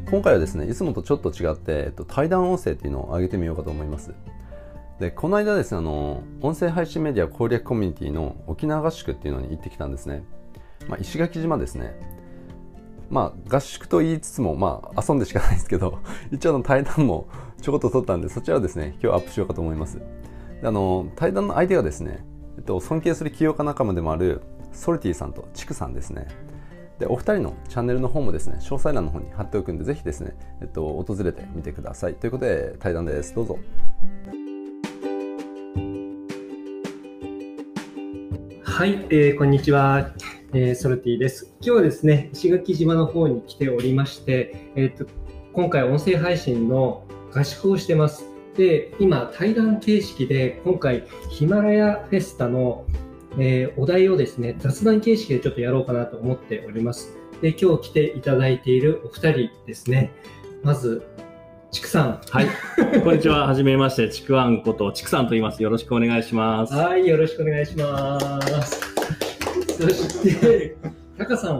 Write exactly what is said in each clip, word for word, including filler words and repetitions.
今回はですね、いつもとちょっと違って、えっと、対談音声っていうのを上げてみようかと思います。で、この間ですね、あの音声配信メディア攻略コミュニティの沖縄合宿っていうのに行ってきたんですね。まあ、石垣島ですね。まあ、合宿と言いつつも、まあ、遊んでしかないですけど、一応の対談もちょこっと撮ったんで、そちらをですね、今日アップしようかと思います。で、あの対談の相手がですね、えっと、尊敬する起業家仲間でもあるソルティさんとチクさんですね。で、お二人のチャンネルの方もですね、詳細欄の方に貼っておくんで、ぜひですね、えっと、訪れてみてください。ということで、対談です。どうぞ。 はい、えー、こんにちは、えー、ソルティです。今日はですね、石垣島の方に来ておりまして、えー、と今回音声配信の合宿をしてます。で、今対談形式で今回ヒマラヤフェスタの、えー、お題をですね、雑談形式でちょっとやろうかなと思っております。で、今日来ていただいているお二人ですね。まずちくさん。 はい。こんにちは。はじめまして、ちくわんことちくさんと言います。よろしくお願いします。 はい、よろしくお願いします。そして、たかさん。はい、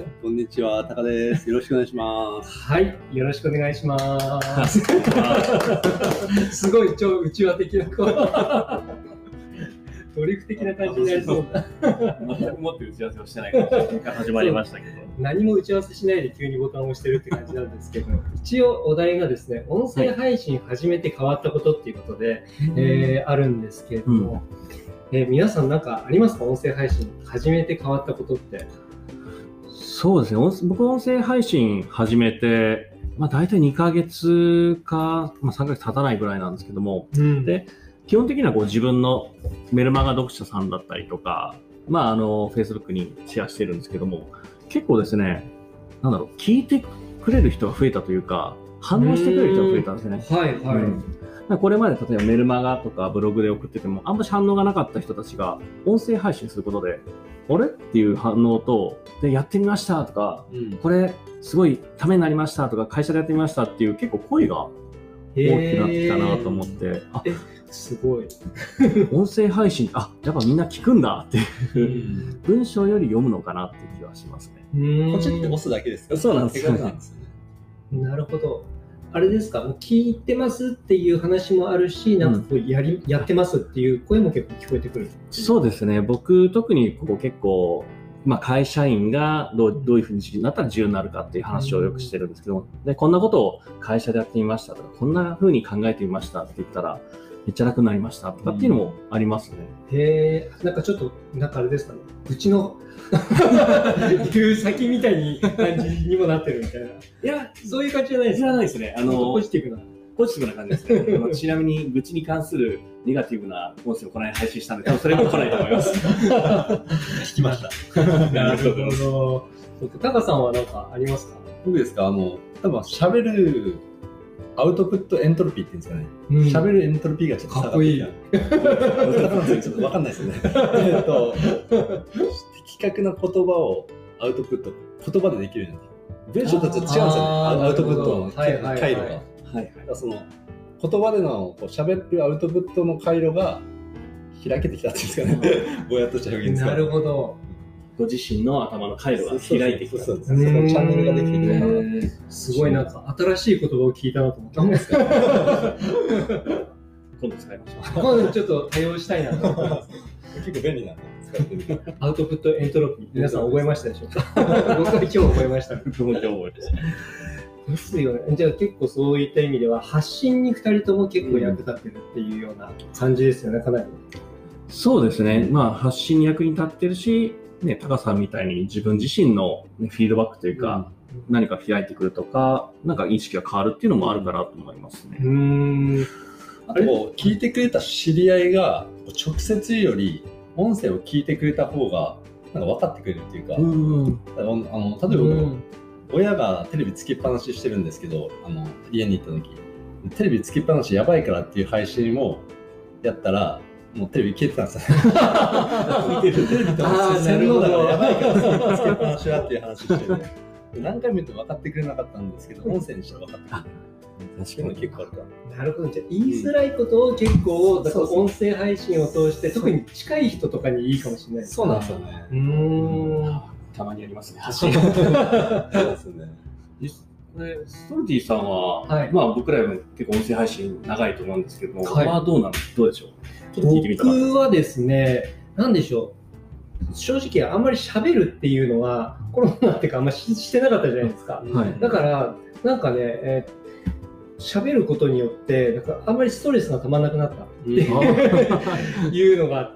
こんにちは、たかです。よろしくお願いします。 はい、よろしくお願いします。すごい超内輪的なこうドリフ的な感じになりそうだ。 全くもって打ち合わせをしてないから始まりましたけど。 何も打ち合わせしないで急にボタンを押してるって感じなんですけど、一応お題がですね、音声配信始めて変わったことっていうことで、はい、えー、あるんですけれども、うん、えー、皆さん何かありますか？音声配信始めて変わったことって。 そうですね、僕音声配信始めて、まあ、大体にかげつか、まあ、さんかげつ経たないぐらいなんですけども、うん、で基本的にはこう自分のメルマガ読者さんだったりとか、まあ、あの Facebook にシェアしてるんですけども、結構ですね、なんだろう、聞いてくれる人が増えたというか、反応してくれる人が増えたんですよね。 はいはい。 うん、これまで例えばメルマガとかブログで送ってても、あんまり反応がなかった人たちが音声配信することで、あれっていう反応と、で、やってみましたとか、うん、これすごいためになりましたとか、会社でやってみましたっていう結構声が大きくなってきたなと思って、あ、 すごい。 音声配信、あ、やっぱみんな聞くんだっていう、ん、文章より読むのかなっていう気はしますね。 ポチって押すだけですか？ そうなんですよね。 なるほど。あれですか、もう聞いてますっていう話もあるし、なんかこうやり、うん、やってますっていう声も結構聞こえてくる。 そうですね。僕特にここ結構、まあ、会社員がどう、どういうふうになったら自由になるかっていう話をよくしてるんですけども、でこんなことを会社でやってみましたとか、こんなふうに考えてみましたって言ったらめっちゃ楽になりましたとかっていうのもありますね。 うん、へえ、なんかちょっとなんかあれですかね、うちの言う先みたいに感じにもなってるみたいな。いや、そういう感じじゃないです。 じゃないですね。あのポジティブな。 ポジティブな感じですね。ちなみに愚痴に関するネガティブな音声をこの間配信したんで、多分それも来ないと思います。 聞きました。 なるほど。タカさんは何かありますか？ 僕ですか、あの多分喋るアウトプットエントロピーっていうんですかね。喋、うん、るエントロピーがちょっとかっこいい。 ちょっと分かんないですね。えっと的確な言葉をアウトプット、言葉でできるようになって、文章とちょっと違うんですよね。アウトプットの回路が。はいはい、その言葉でのこう喋るアウトプットの回路が開けてきたっていうんですかね。ぼやっとした表現ですか。 なるほど。 ご自身の頭の回路が開いてきた。 そうです。そのチャンネルができてきたかな。すごいなんか新しい言葉を聞いたなと思った。 何ですか？今度使いましょう。 今度ちょっと対応したいなと思ってます。 結構便利なんで使ってみる。 アウトプットエントロピー、皆さん覚えましたでしょうか？僕は今日覚えました。 僕も今日覚えました。 ですよね。じゃあ結構そういった意味では発信にふたりとも結構役立ってるっていうような感じですよね、かなり。 そうですね。まあ発信に役に立ってるし、ね、タカさんみたいに自分自身の、ね、フィードバックというか、うん、何か開いてくるとか、なんか意識が変わるっていうのもあるかなと思いますね。 うーん。 あと聞いてくれた知り合いが直接言うより音声を聞いてくれた方がなんか分かってくれるっていうか、うん、あの例えば、うん、親がテレビつけっぱなししてるんですけど、あの家に行った時テレビつけっぱなしやばいからっていう配信をやったらもうテレビ消えてたんですよね。テレビって洗脳だからやばいからつけっぱなしはっていう話してて、何回も言って分かってくれなかったんですけど、音声にしたら分かってくれる。確かに結構あった。 なるほど。じゃあ言いづらいことを結構、うん、だから音声配信を通して特に近い人とかにいいかもしれないですね。 そうなんですよね。 うーん。 たまにありますね。発信。 そうですね。 でストルティさんは、 はい、 まあ僕らよりも結構音声配信長いと思うんですけども、 はい、 まあどうなんどうでしょう。ちょっと聞いてみたかったです。 僕はですね、なんでしょう。正直あんまり喋るっていうのはコロナっていうかあんまり し, してなかったじゃないですか。はい、だからなんかね、えー喋ることによってなんかあんまりストレスがたまらなくなったっていうのがあって、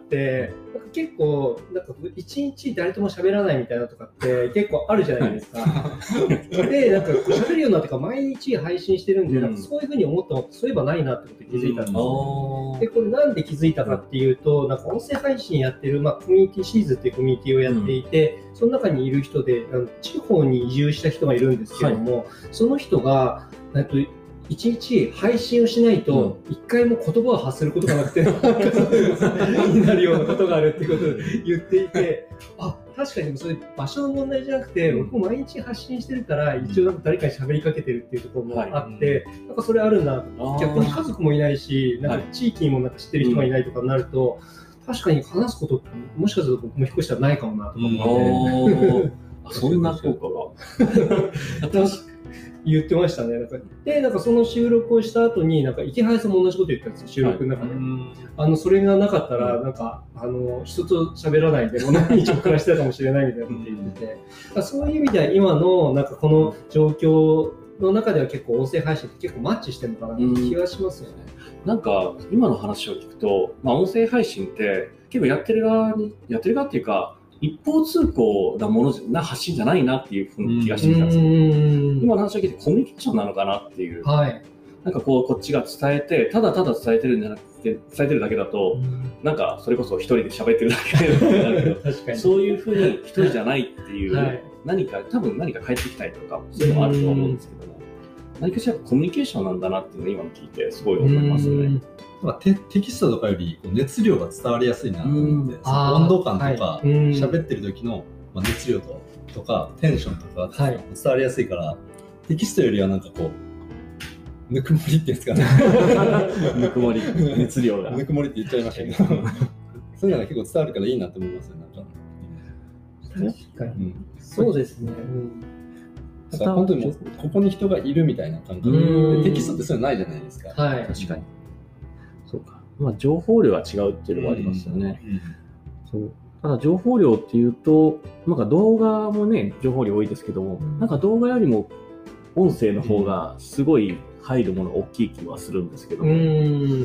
なんか結構なんか一日誰とも喋らないみたいなとかって結構あるじゃないですか。でなんか喋るようになってから毎日配信してるんで、うん、なんかそういうふうに思ったのってそういえばないなってことに気づいたんですよ、うん、でこれなんで気づいたかっていうと、なんか音声配信やってる、まあ、コミュニティシーズっていうコミュニティをやっていて、うん、その中にいる人であの地方に移住した人がいるんですけども、はい、その人がえっと一日配信をしないと一回も言葉を発することがなくて、なんかになるようなことがあるっていうことを言っていて、あ、確かにそういう場所の問題じゃなくて、僕も毎日発信してるから一応なんか誰かに喋りかけてるっていうところもあって、なんかそれあるな、逆に家族もいないし、なんか地域にもなんか知ってる人がいないとかになると、確かに話すことってもしかすると僕も引っ越したらないかもなとか思って、 あ、そんな効果が言ってましたね。なんかで、なんかその収録をした後に、なんか池原さんも同じこと言ったんですよ、収録の中で。はい、あのそれがなかったら、なんかあの人と喋らないでも何日も暮らしてたかもしれないみたいなこと言ってて、うん、そういう意味では今のなんかこの状況の中では結構音声配信って結構マッチしてるのかなって気がしますよね。 うん、なんか今の話を聞くと、まあ、音声配信って結構やってる側にやってる側っていうか。一方通行なものな発信じゃないなっていうふうな気がしてきたんですよ。今の話を聞いてコミュニケーションなのかなっていう、はい、なんかこうこっちが伝えてただただ伝えてるんじゃなくて伝えてるだけだと、なんかそれこそ一人で喋ってるだけになるけど確かにそういうふうに一人じゃないっていう、はい、何か多分何か変えていきたいとかそういうのもあると思うんですけども、何かしらコミュニケーションなんだなっていうのを今の聞いてすごい思いますね。 テ, テキストとかより熱量が伝わりやすいなと思って、その温度感とか喋ってる時の熱量ととかテンションとか伝わりやすいから、はい、テキストよりはなんかこうぬくもりっていうんですかねぬくもり熱量がぬくもりって言っちゃいましたけどそういうのが結構伝わるからいいなと思いますよ。 なんか確かに、うん、そうですね、 うん、本当にもうここに人がいるみたいな感覚でテキストってそういうのないじゃないですか。 はい、 確かにそうか、まあ、情報量が違うっていうのもありますよね。うんうん、そうただ情報量っていうと、なんか動画もね情報量多いですけども、なんか動画よりも音声の方がすごい入るものが大きい気はするんですけども、うん、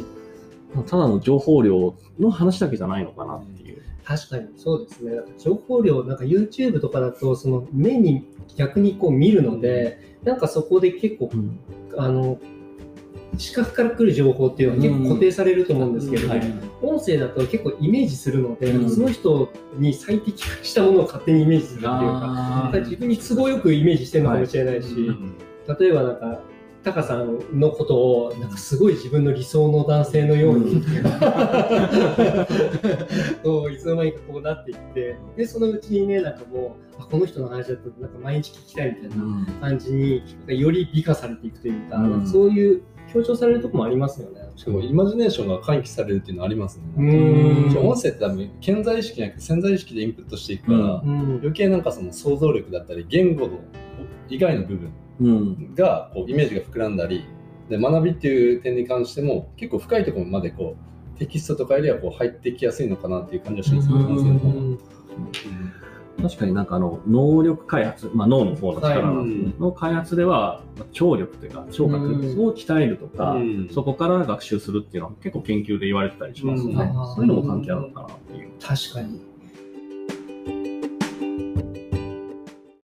ただの情報量の話だけじゃないのかなっていう。 確かにそうですね。なんか情報量なんか YouTube とかだとその目に逆にこう見るので、うん、なんかそこで結構、うん、あの視覚から来る情報っていうのは結構固定されると思うんですけど、うんはい、音声だと結構イメージするので、うん、その人に最適化したものを勝手にイメージするっていうか、自分に都合よくイメージしてるのかもしれないし、はい、例えばなんかタカさんのことをなんかすごい自分の理想の男性のように、うん、いつの間にかこうなっていって、でそのうちにねなんかもうあこの人の話だとなんか毎日聞きたいみたいな感じに、うん、より美化されていくというか、うん、そういう強調されるところもありますよね。 しかもイマジネーションが喚起されるっていうのはありますね。うん音声って多分顕在意識じゃなくて潜在意識でインプットしていくから、うん、余計なんかその想像力だったり言語の以外の部分がこうイメージが膨らんだりで、学びっていう点に関しても結構深いところまでこうテキストとかよりはこう入ってきやすいのかなっていう感じはしますけども、 確かになんかあの能力開発、まあ、脳の方の力の開発では聴力というか聴覚を鍛えるとか、そこから学習するっていうのは結構研究で言われてたりしますので、そういうのも関係あるのかなっていう。 確かに